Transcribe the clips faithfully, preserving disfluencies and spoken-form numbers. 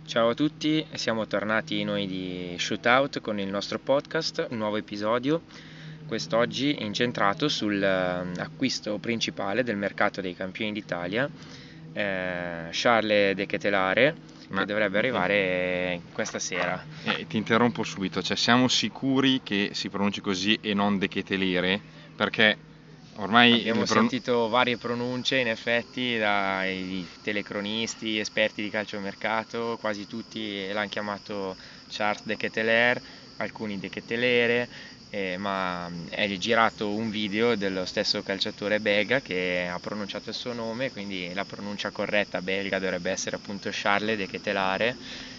Ciao a tutti, siamo tornati noi di Shootout con il nostro podcast, un nuovo episodio, quest'oggi incentrato sull'acquisto principale del mercato dei campioni d'Italia, eh, Charles De Ketelare, Ma che dovrebbe eh, arrivare questa sera. eh, ti interrompo subito, cioè siamo sicuri che si pronunci così e non De Ketelere? Perché ormai Abbiamo le pron- sentito varie pronunce in effetti dai telecronisti, esperti di calciomercato, quasi tutti l'hanno chiamato Charles De Keteler, alcuni De Ketelere, eh, ma è girato un video dello stesso calciatore belga che ha pronunciato il suo nome, quindi la pronuncia corretta belga dovrebbe essere appunto Charles De Ketelare.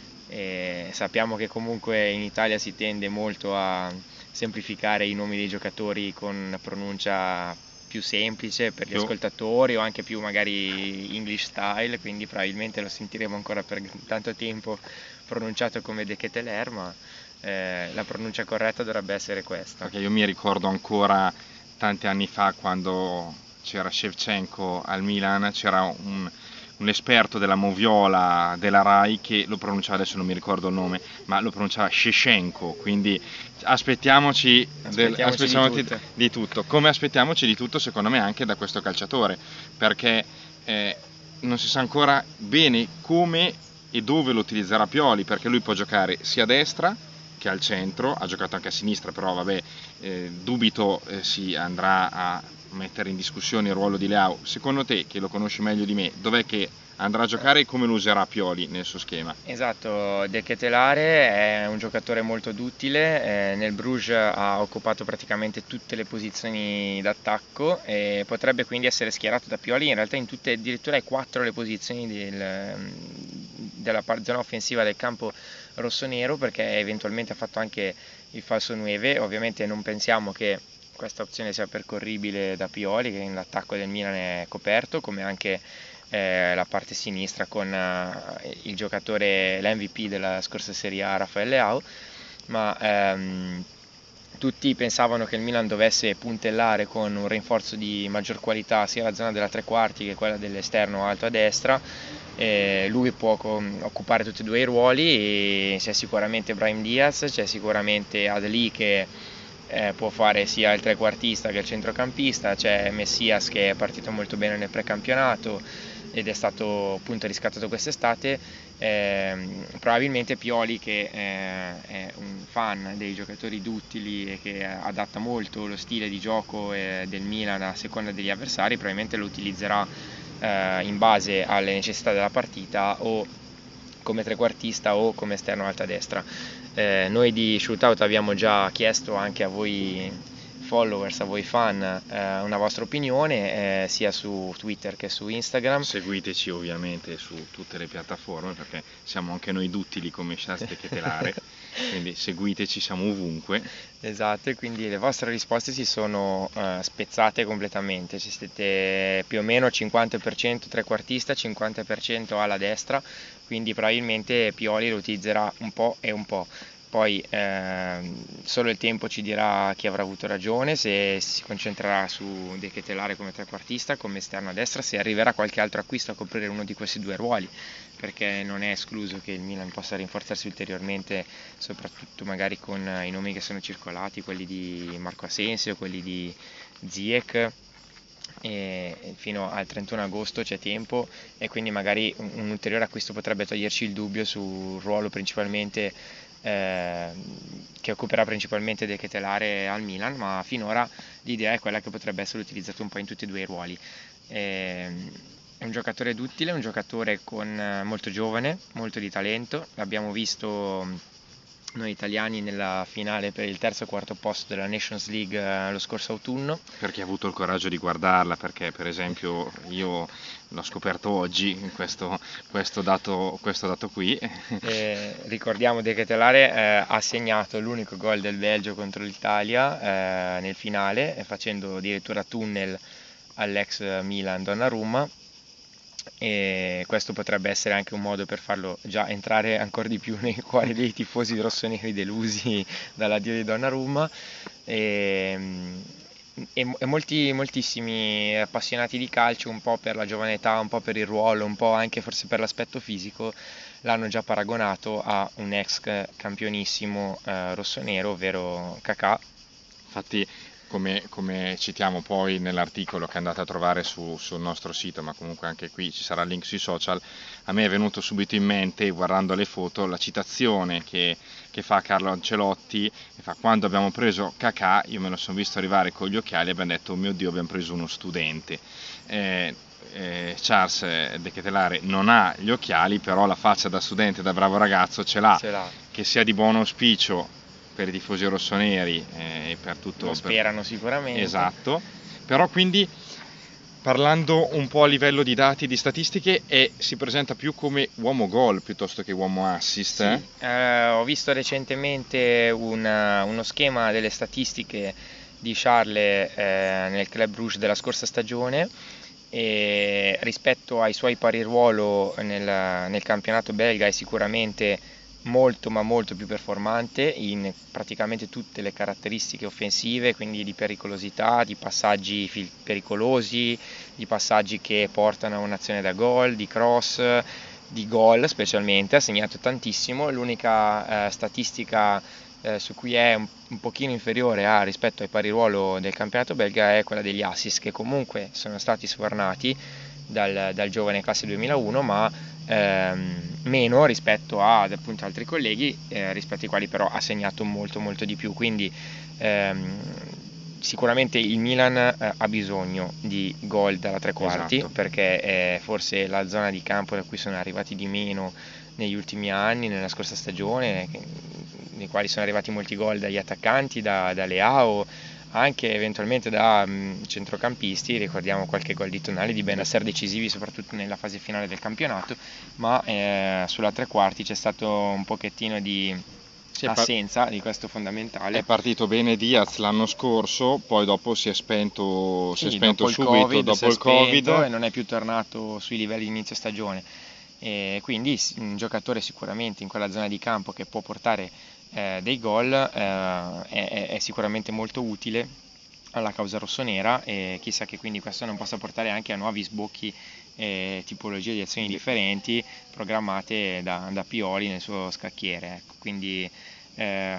E sappiamo che comunque in Italia si tende molto a semplificare i nomi dei giocatori con una pronuncia più semplice per gli più- ascoltatori o anche più magari English style, quindi probabilmente lo sentiremo ancora per tanto tempo pronunciato come De Keteler, ma eh, la pronuncia corretta dovrebbe essere questa. perché io mi ricordo ancora tanti anni fa quando c'era Shevchenko al Milan, c'era un, un esperto della moviola della Rai che lo pronunciava, adesso non mi ricordo il nome, ma lo pronunciava Shevchenko, quindi aspettiamoci, del, Aspettiamoci di aspettiamoci tutto. di tutto, come aspettiamoci di tutto secondo me anche da questo calciatore, perché eh, non si sa ancora bene come e dove lo utilizzerà Pioli, perché lui può giocare sia a destra che al centro, ha giocato anche a sinistra, però vabbè, eh, dubito eh, si andrà a mettere in discussione il ruolo di Leao. Secondo te, che lo conosci meglio di me, dov'è che andrà a giocare e come lo userà Pioli nel suo schema? Esatto, De Ketelare è un giocatore molto duttile, eh, nel Bruges ha occupato praticamente tutte le posizioni d'attacco e potrebbe quindi essere schierato da Pioli in realtà in tutte, addirittura in quattro le posizioni del, della zona offensiva del campo rossonero, perché eventualmente ha fatto anche il falso nove. Ovviamente non pensiamo che questa opzione sia percorribile da Pioli, che in l'attacco del Milan è coperto, come anche eh, la parte sinistra con eh, il giocatore, l'M V P della scorsa Serie A, Rafael Leao, ma ehm, tutti pensavano che il Milan dovesse puntellare con un rinforzo di maggior qualità sia la zona della tre quarti che quella dell'esterno alto a destra. Eh, lui può occupare tutti e due i ruoli, e c'è sicuramente Brahim Diaz, c'è sicuramente Adli che eh, può fare sia il trequartista che il centrocampista, c'è Messias che è partito molto bene nel precampionato ed è stato appunto riscattato quest'estate. Eh, probabilmente Pioli, che eh, è un fan dei giocatori duttili e che adatta molto lo stile di gioco eh, del Milan a seconda degli avversari, probabilmente lo utilizzerà eh, in base alle necessità della partita, o come trequartista o come esterno alta destra. Eh, noi di Shootout abbiamo già chiesto anche a voi followers, a voi fan, eh, una vostra opinione, eh, sia su Twitter che su Instagram. Seguiteci ovviamente su tutte le piattaforme perché siamo anche noi duttili come Charles De Ketelare, quindi seguiteci, siamo ovunque. Esatto, e quindi le vostre risposte si sono eh, spezzate completamente, ci siete più o meno cinquanta per cento trequartista, cinquanta per cento alla destra, quindi probabilmente Pioli lo utilizzerà un po' e un po'. Poi ehm, solo il tempo ci dirà chi avrà avuto ragione, se si concentrerà su De Ketelare come trequartista, come esterno a destra, se arriverà qualche altro acquisto a coprire uno di questi due ruoli, perché non è escluso che il Milan possa rinforzarsi ulteriormente, soprattutto magari con i nomi che sono circolati, quelli di Marco Asensio, quelli di Ziyech. E fino al trentuno agosto c'è tempo, e quindi magari un, un ulteriore acquisto potrebbe toglierci il dubbio sul ruolo principalmente eh, che occuperà principalmente De Ketelare al Milan, ma finora l'idea è quella che potrebbe essere utilizzato un po' in tutti e due i ruoli. E, è un giocatore duttile, un giocatore con molto giovane, molto di talento, l'abbiamo visto noi italiani nella finale per il terzo e quarto posto della Nations League eh, lo scorso autunno. Perché ha avuto il coraggio di guardarla, perché per esempio io l'ho scoperto oggi, questo, questo, dato, questo dato qui. Eh, ricordiamo De Ketelare eh, ha segnato l'unico gol del Belgio contro l'Italia eh, nel finale, eh, facendo addirittura tunnel all'ex Milan Donnarumma, e questo potrebbe essere anche un modo per farlo già entrare ancora di più nei cuori dei tifosi rossoneri delusi dall'addio di Donnarumma. E, e, e molti, moltissimi appassionati di calcio, un po' per la giovane età, un po' per il ruolo, un po' anche forse per l'aspetto fisico, l'hanno già paragonato a un ex campionissimo eh, rossonero, ovvero Kakà. Infatti, come, come citiamo poi nell'articolo che andate a trovare su, sul nostro sito, ma comunque anche qui ci sarà il link sui social, a me è venuto subito in mente, guardando le foto, la citazione che, che fa Carlo Ancelotti, che fa: quando abbiamo preso Kakà io me lo sono visto arrivare con gli occhiali e abbiamo detto: oh mio Dio, abbiamo preso uno studente. Eh, eh, Charles De Ketelaere non ha gli occhiali, però la faccia da studente, da bravo ragazzo ce l'ha, Ce l'ha. che sia di buon auspicio per i tifosi rossoneri e per tutto. Lo sperano per... sicuramente. Esatto, però quindi parlando un po' a livello di dati, di statistiche, è, si presenta più come uomo gol piuttosto che uomo assist. Sì, eh? eh, ho visto recentemente una- uno schema delle statistiche di Charles eh, nel Club Brugge della scorsa stagione, e rispetto ai suoi pari ruolo nel, nel campionato belga è sicuramente molto ma molto più performante in praticamente tutte le caratteristiche offensive, quindi di pericolosità, di passaggi fil- pericolosi, di passaggi che portano a un'azione da gol, di cross, di gol specialmente, ha segnato tantissimo. L'unica eh, statistica eh, su cui è un, un pochino inferiore a, rispetto ai pari ruolo del campionato belga è quella degli assist, che comunque sono stati sfornati dal, dal giovane classe duemilauno, ma ehm, meno rispetto ad appunto altri colleghi, eh, rispetto ai quali però ha segnato molto molto di più. Quindi ehm, sicuramente il Milan eh, ha bisogno di gol dalla tre quarti, Esatto. perché è forse la zona di campo da cui sono arrivati di meno negli ultimi anni, nella scorsa stagione, nei quali sono arrivati molti gol dagli attaccanti, da, da Leao, anche eventualmente da mh, centrocampisti. Ricordiamo qualche gol di Tonali, di Bennacer, decisivi soprattutto nella fase finale del campionato, ma eh, sulla tre quarti c'è stato un pochettino di Sì, è par- assenza di questo fondamentale. è partito bene Diaz l'anno scorso, poi dopo si è spento, si è Sì, spento dopo il subito Covid, dopo si è il spento Covid. e non è più tornato sui livelli di inizio stagione. E quindi s- un giocatore sicuramente in quella zona di campo che può portare eh, dei gol, eh, è, è- è sicuramente molto utile alla causa rossonera, e chissà che quindi questo non possa portare anche a nuovi sbocchi e tipologie di azioni differenti programmate da, da Pioli nel suo scacchiere. Ecco, quindi eh,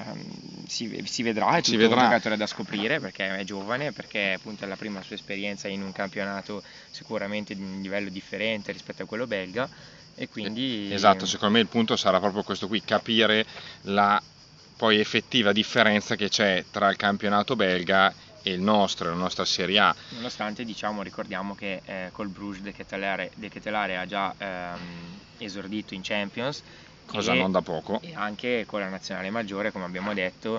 si, si vedrà, è Si tutto un vedrà. giocatore da scoprire perché è giovane, perché appunto è la prima sua esperienza in un campionato sicuramente di un livello differente rispetto a quello belga, e quindi Esatto, secondo me il punto sarà proprio questo qui, capire la poi effettiva differenza che c'è tra il campionato belga e il nostro, la nostra Serie A. nonostante, diciamo, ricordiamo che eh, col Bruges De Ketelaere, De Ketelaere ha già ehm, esordito in Champions, Cosa e, non da poco. e anche con la nazionale maggiore, come abbiamo detto.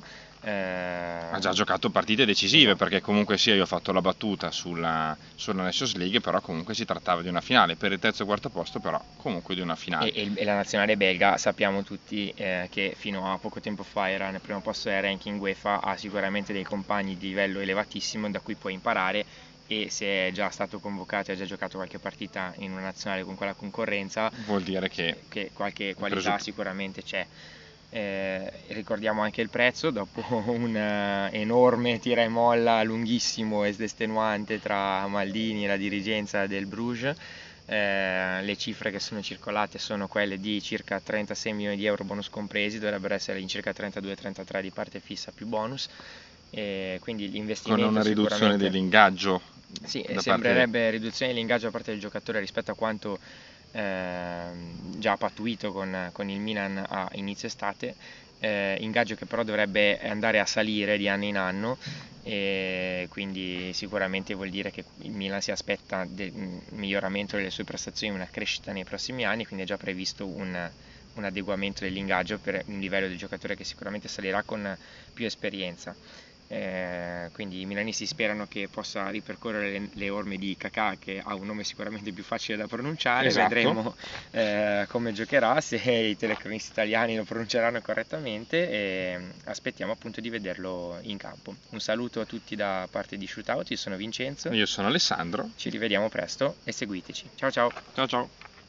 Ha eh, già giocato partite decisive, esatto. perché comunque sia, io ho fatto la battuta sulla, sulla Nations League, però comunque si trattava di una finale, per il terzo e quarto posto però comunque di una finale. E, e- e la nazionale belga sappiamo tutti eh, che fino a poco tempo fa era nel primo posto del ranking UEFA, ha sicuramente dei compagni di livello elevatissimo da cui può imparare, e se è già stato convocato e ha già giocato qualche partita in una nazionale con quella concorrenza, Vuol dire che, che qualche qualità presupp- sicuramente c'è. Eh, ricordiamo anche il prezzo, dopo un eh, enorme tira e molla lunghissimo ed estenuante tra Maldini e la dirigenza del Bruges. Eh, le cifre che sono circolate sono quelle di circa trentasei milioni di euro bonus compresi, dovrebbero essere in circa trentadue trentatré di parte fissa più bonus, e quindi con l'investimento una riduzione sicuramente dell'ingaggio sì, da sembrerebbe parte. riduzione dell'ingaggio da parte del giocatore rispetto a quanto ehm, già pattuito con, con il Milan a inizio estate, eh, ingaggio che però dovrebbe andare a salire di anno in anno, e quindi sicuramente vuol dire che il Milan si aspetta un miglioramento delle sue prestazioni, una crescita nei prossimi anni, quindi è già previsto un, un adeguamento dell'ingaggio per un livello del giocatore che sicuramente salirà con più esperienza. Eh, quindi i milanisti sperano che possa ripercorrere le, le orme di Kakà, che ha un nome sicuramente più facile da pronunciare. Esatto. Vedremo eh, come giocherà, se i telecronisti italiani lo pronunceranno correttamente, e aspettiamo appunto di vederlo in campo. Un saluto a tutti da parte di Shootout, io sono Vincenzo, Io sono Alessandro. ci rivediamo presto e seguiteci. Ciao ciao! Ciao ciao.